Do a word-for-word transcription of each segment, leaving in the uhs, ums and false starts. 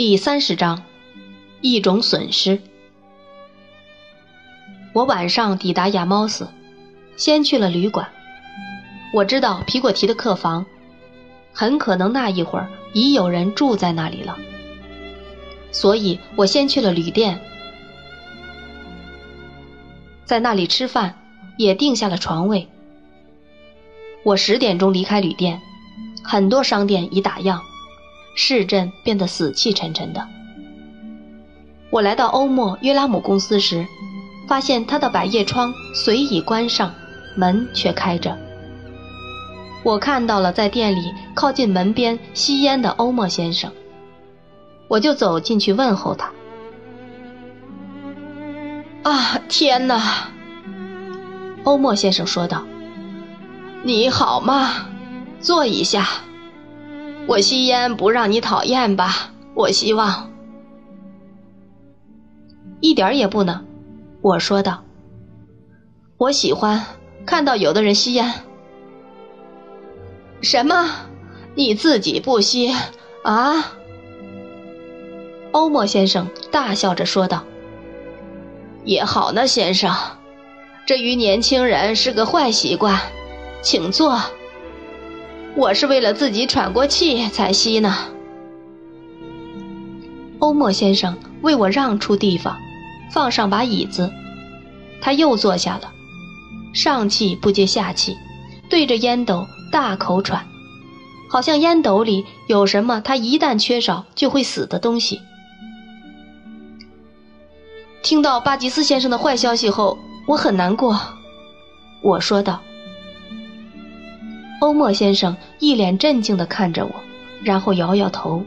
第三十章，一种损失。我晚上抵达亚猫寺，先去了旅馆。我知道皮果提的客房，很可能那一会儿已有人住在那里了，所以我先去了旅店，在那里吃饭，也定下了床位。我十点钟离开旅店，很多商店已打烊，市镇变得死气沉沉的。我来到欧莫约拉姆公司时，发现他的百叶窗随意关上，门却开着。我看到了在店里靠近门边吸烟的欧莫先生，我就走进去问候他。啊，天哪！欧莫先生说道。你好吗？坐一下。我吸烟不让你讨厌吧？我希望。一点也不呢，我说道。我喜欢看到有的人吸烟。什么？你自己不吸啊？欧莫先生大笑着说道。也好呢，先生，这于年轻人是个坏习惯，请坐。我是为了自己喘过气才吸呢。欧莫先生为我让出地方，放上把椅子，他又坐下了，上气不接下气，对着烟斗大口喘，好像烟斗里有什么他一旦缺少就会死的东西。听到巴吉斯先生的坏消息后，我很难过，我说道。欧莫先生一脸震惊地看着我，然后摇摇头。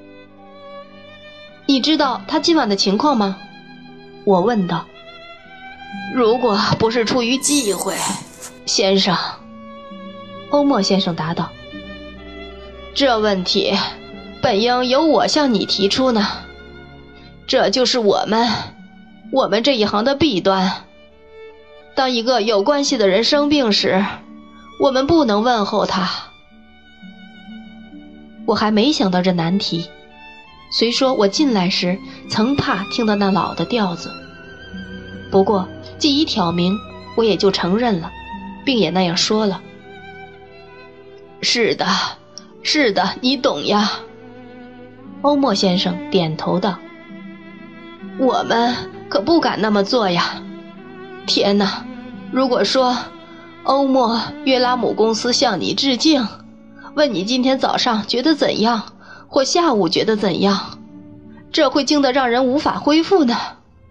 你知道他今晚的情况吗？我问道。如果不是出于忌讳，先生，欧莫先生答道。这问题本应由我向你提出呢，这就是我们我们这一行的弊端。当一个有关系的人生病时，我们不能问候他。我还没想到这难题，虽说我进来时曾怕听到那老的调子，不过既已挑明，我也就承认了，并也那样说了。是的，是的，你懂呀。欧莫先生点头道。我们可不敢那么做呀。天哪，如果说欧莫约拉姆公司向你致敬，问你今天早上觉得怎样，或下午觉得怎样，这会惊得让人无法恢复呢。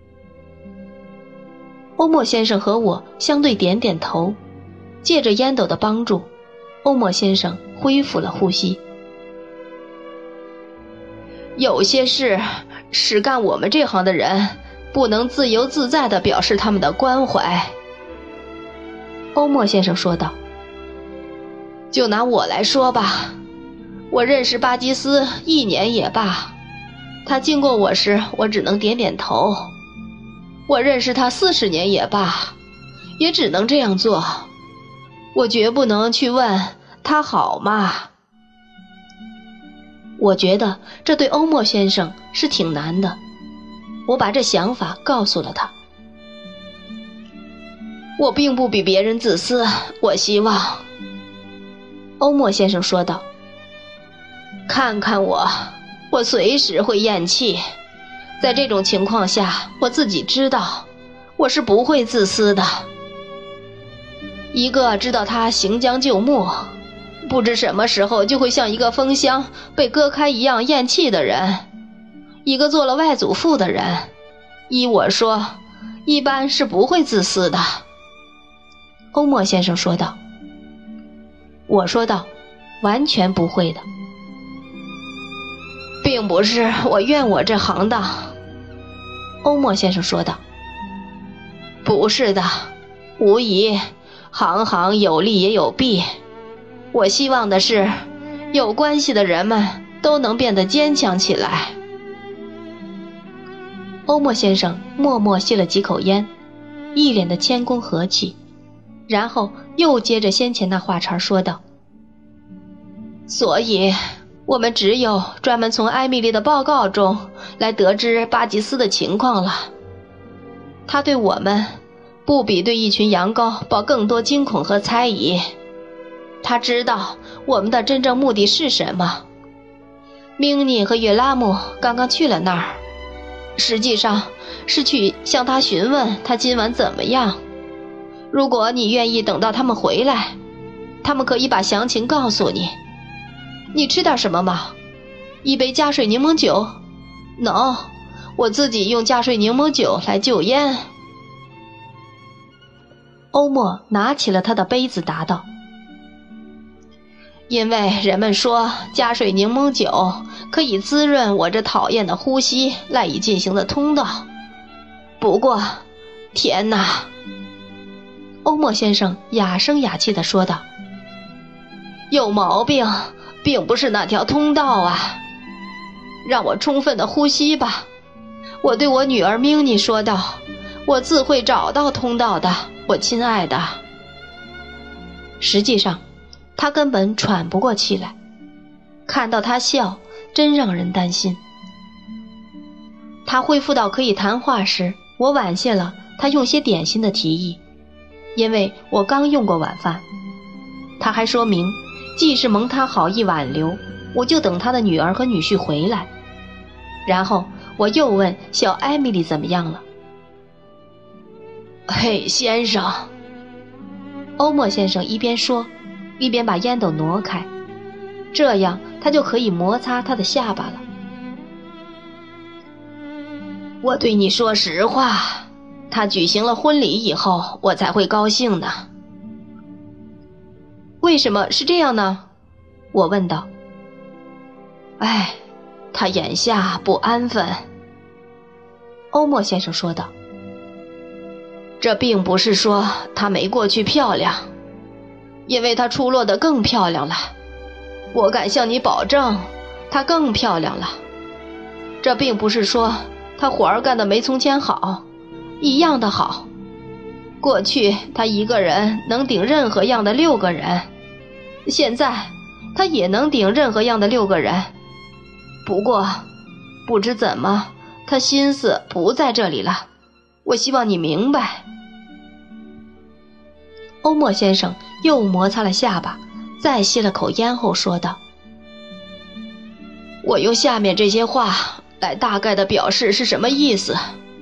欧莫先生和我相对点点头，借着烟斗的帮助，欧莫先生恢复了呼吸。有些事是干我们这行的人不能自由自在地表示他们的关怀，欧莫先生说道。就拿我来说吧，我认识巴基斯一年也罢，他经过我时我只能点点头。我认识他四十年也罢，也只能这样做，我绝不能去问他好吗？我觉得这对欧莫先生是挺难的，我把这想法告诉了他。我并不比别人自私，我希望，欧莫先生说道。看看我，我随时会咽气，在这种情况下，我自己知道我是不会自私的。一个知道他行将就木，不知什么时候就会像一个风箱被割开一样咽气的人，一个做了外祖父的人，依我说，一般是不会自私的。欧莫先生说道。我说道，完全不会的。并不是我怨我这行当，欧莫先生说道。不是的，无疑行行有利也有弊，我希望的是有关系的人们都能变得坚强起来。欧莫先生默默吸了几口烟，一脸的谦恭和气，然后又接着先前那话茬说道。所以我们只有专门从艾米丽的报告中来得知巴吉斯的情况了。他对我们不比对一群羊羔抱更多惊恐和猜疑。他知道我们的真正目的是什么。明妮和约拉姆刚刚去了那儿，实际上是去向他询问他今晚怎么样。如果你愿意等到他们回来，他们可以把详情告诉你。你吃点什么吗？一杯加水柠檬酒？ No， 我自己用加水柠檬酒来救烟。欧莫拿起了他的杯子答道，因为人们说加水柠檬酒可以滋润我这讨厌的呼吸赖以进行的通道。不过，天哪！欧莫先生哑声哑气地说道，有毛病，并不是那条通道啊！让我充分的呼吸吧。我对我女儿明妮说道，我自会找到通道的，我亲爱的。实际上，他根本喘不过气来。看到他笑，真让人担心。他恢复到可以谈话时，我婉谢了他用些点心的提议，因为我刚用过晚饭。他还说明，既是蒙他好意挽留，我就等他的女儿和女婿回来。然后我又问小艾米丽怎么样了。嘿，先生，欧莫先生一边说，一边把烟斗挪开，这样他就可以摩擦他的下巴了。我对你说实话，他举行了婚礼以后，我才会高兴呢。为什么是这样呢？我问道。哎，他眼下不安分，欧莫先生说道。这并不是说她没过去漂亮，因为她出落得更漂亮了。我敢向你保证，她更漂亮了。这并不是说她活儿干得没从前好，一样的好。过去她一个人能顶任何样的六个人，现在她也能顶任何样的六个人。不过，不知怎么，她心思不在这里了。我希望你明白。欧莫先生又摩擦了下巴，再吸了口烟后说道，我用下面这些话来大概的表示是什么意思。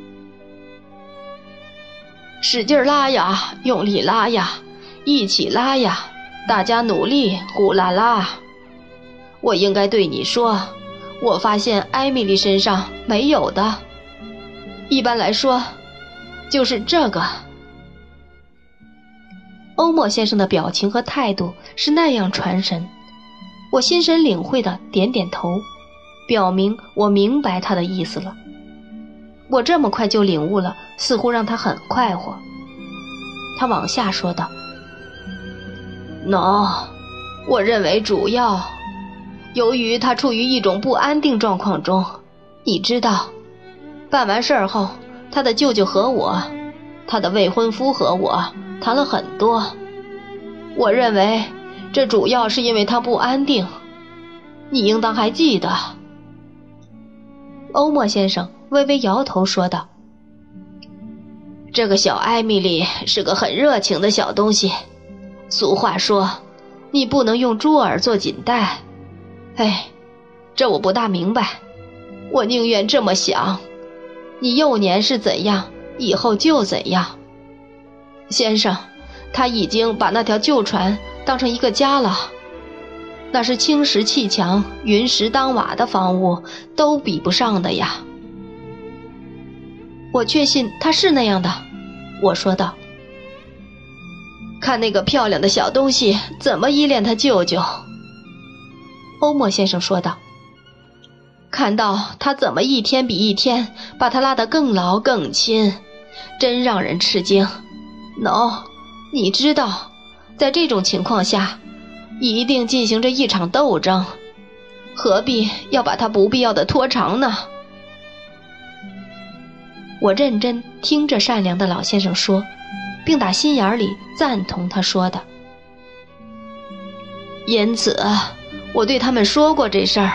使劲拉呀，用力拉呀，一起拉呀，大家努力，呼啦啦。我应该对你说，我发现艾米丽身上没有的。一般来说，就是这个。欧莫先生的表情和态度是那样传神，我心神领会的点点头，表明我明白他的意思了。我这么快就领悟了，似乎让他很快活。他往下说道， No， 我认为主要由于他处于一种不安定状况中。你知道，办完事儿后，他的舅舅和我，他的未婚夫和我谈了很多。我认为这主要是因为他不安定。你应当还记得。欧莫先生微微摇头说道，这个小艾米丽是个很热情的小东西。俗话说，你不能用猪耳做锦带。哎，这我不大明白。我宁愿这么想，你幼年是怎样，以后就怎样。先生，他已经把那条旧船当成一个家了。那是青石砌墙，云石当瓦的房屋，都比不上的呀。我确信他是那样的，我说道。看那个漂亮的小东西怎么依恋他舅舅。欧莫先生说道。看到他怎么一天比一天把他拉得更牢更亲，真让人吃惊。喏，你知道，在这种情况下，一定进行着一场斗争，何必要把它不必要的拖长呢？我认真听着善良的老先生说，并打心眼里赞同他说的。因此， 我对他们说过这事儿。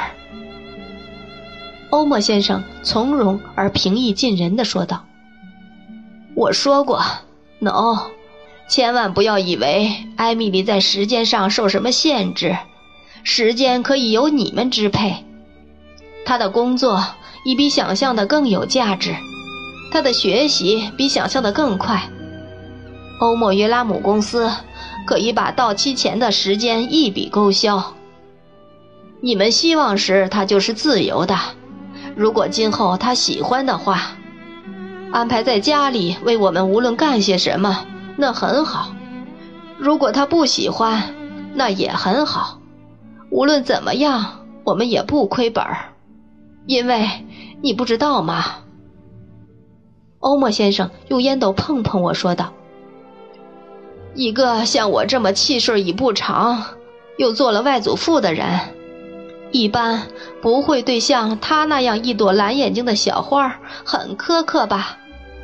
欧默先生从容而平易近人地说道：我说过 no， 千万不要以为艾米丽在时间上受什么限制，时间可以由你们支配。她的工作已比想象的更有价值，她的学习比想象的更快。欧默约拉姆公司可以把到期前的时间一笔勾销。你们希望时她就是自由的，如果今后她喜欢的话，安排在家里为我们无论干些什么，那很好。如果她不喜欢，那也很好。无论怎么样，我们也不亏本儿。因为你不知道吗？欧默先生用烟斗碰碰我说道，一个像我这么气顺已不长，又做了外祖父的人，一般不会对像他那样一朵蓝眼睛的小花很苛刻吧？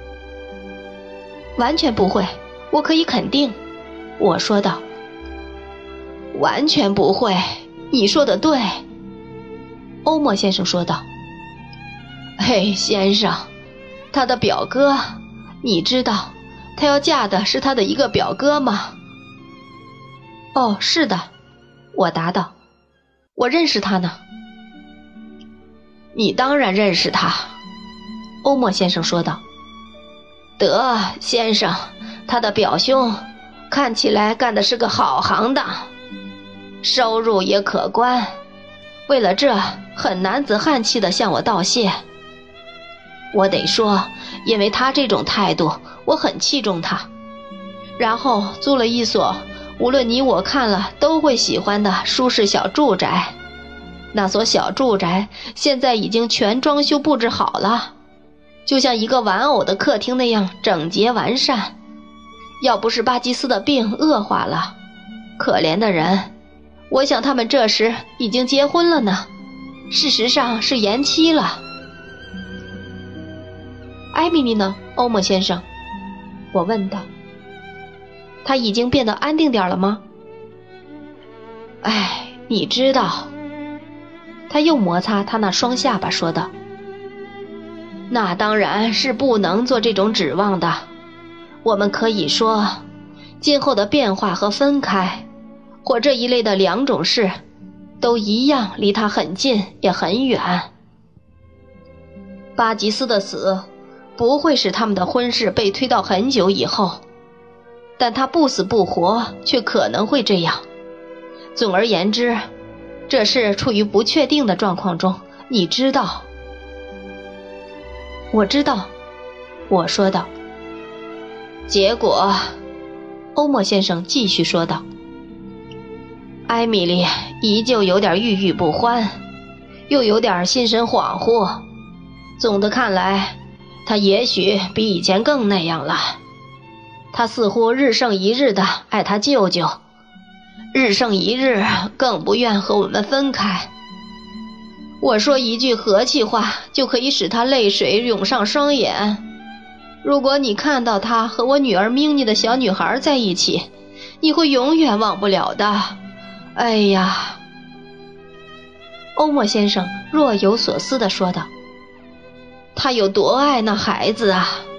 完全不会，我可以肯定，我说道。完全不会，你说的对，欧默先生说道。嘿，先生，他的表哥，你知道他要嫁的是他的一个表哥吗？哦，是的，我答道，我认识他呢。你当然认识他，欧默先生说道。得，先生，他的表兄看起来干的是个好行当，收入也可观，为了这很男子汉气地向我道谢。我得说，因为他这种态度，我很器重他。然后租了一所无论你我看了都会喜欢的舒适小住宅。那所小住宅现在已经全装修布置好了，就像一个玩偶的客厅那样整洁完善。要不是巴基斯的病恶化了，可怜的人，我想他们这时已经结婚了呢，事实上是延期了。艾米丽呢，欧默先生？我问道。她已经变得安定点了吗？哎，你知道，他又摩擦他那双下巴说道，那当然是不能做这种指望的。我们可以说，今后的变化和分开，或这一类的两种事，都一样离他很近也很远。巴吉斯的死不会使他们的婚事被推到很久以后，但他不死不活却可能会这样。总而言之，这事处于不确定的状况中，你知道。我知道，我说道。结果，欧默先生继续说道，艾米丽依旧有点郁郁不欢，又有点心神恍惚。总的看来，她也许比以前更那样了。她似乎日胜一日的爱她舅舅，日胜一日更不愿和我们分开。我说一句和气话，就可以使她泪水涌上双眼。如果你看到她和我女儿明妮的小女孩在一起，你会永远忘不了的。哎呀，欧默先生若有所思地说道，他有多爱那孩子啊！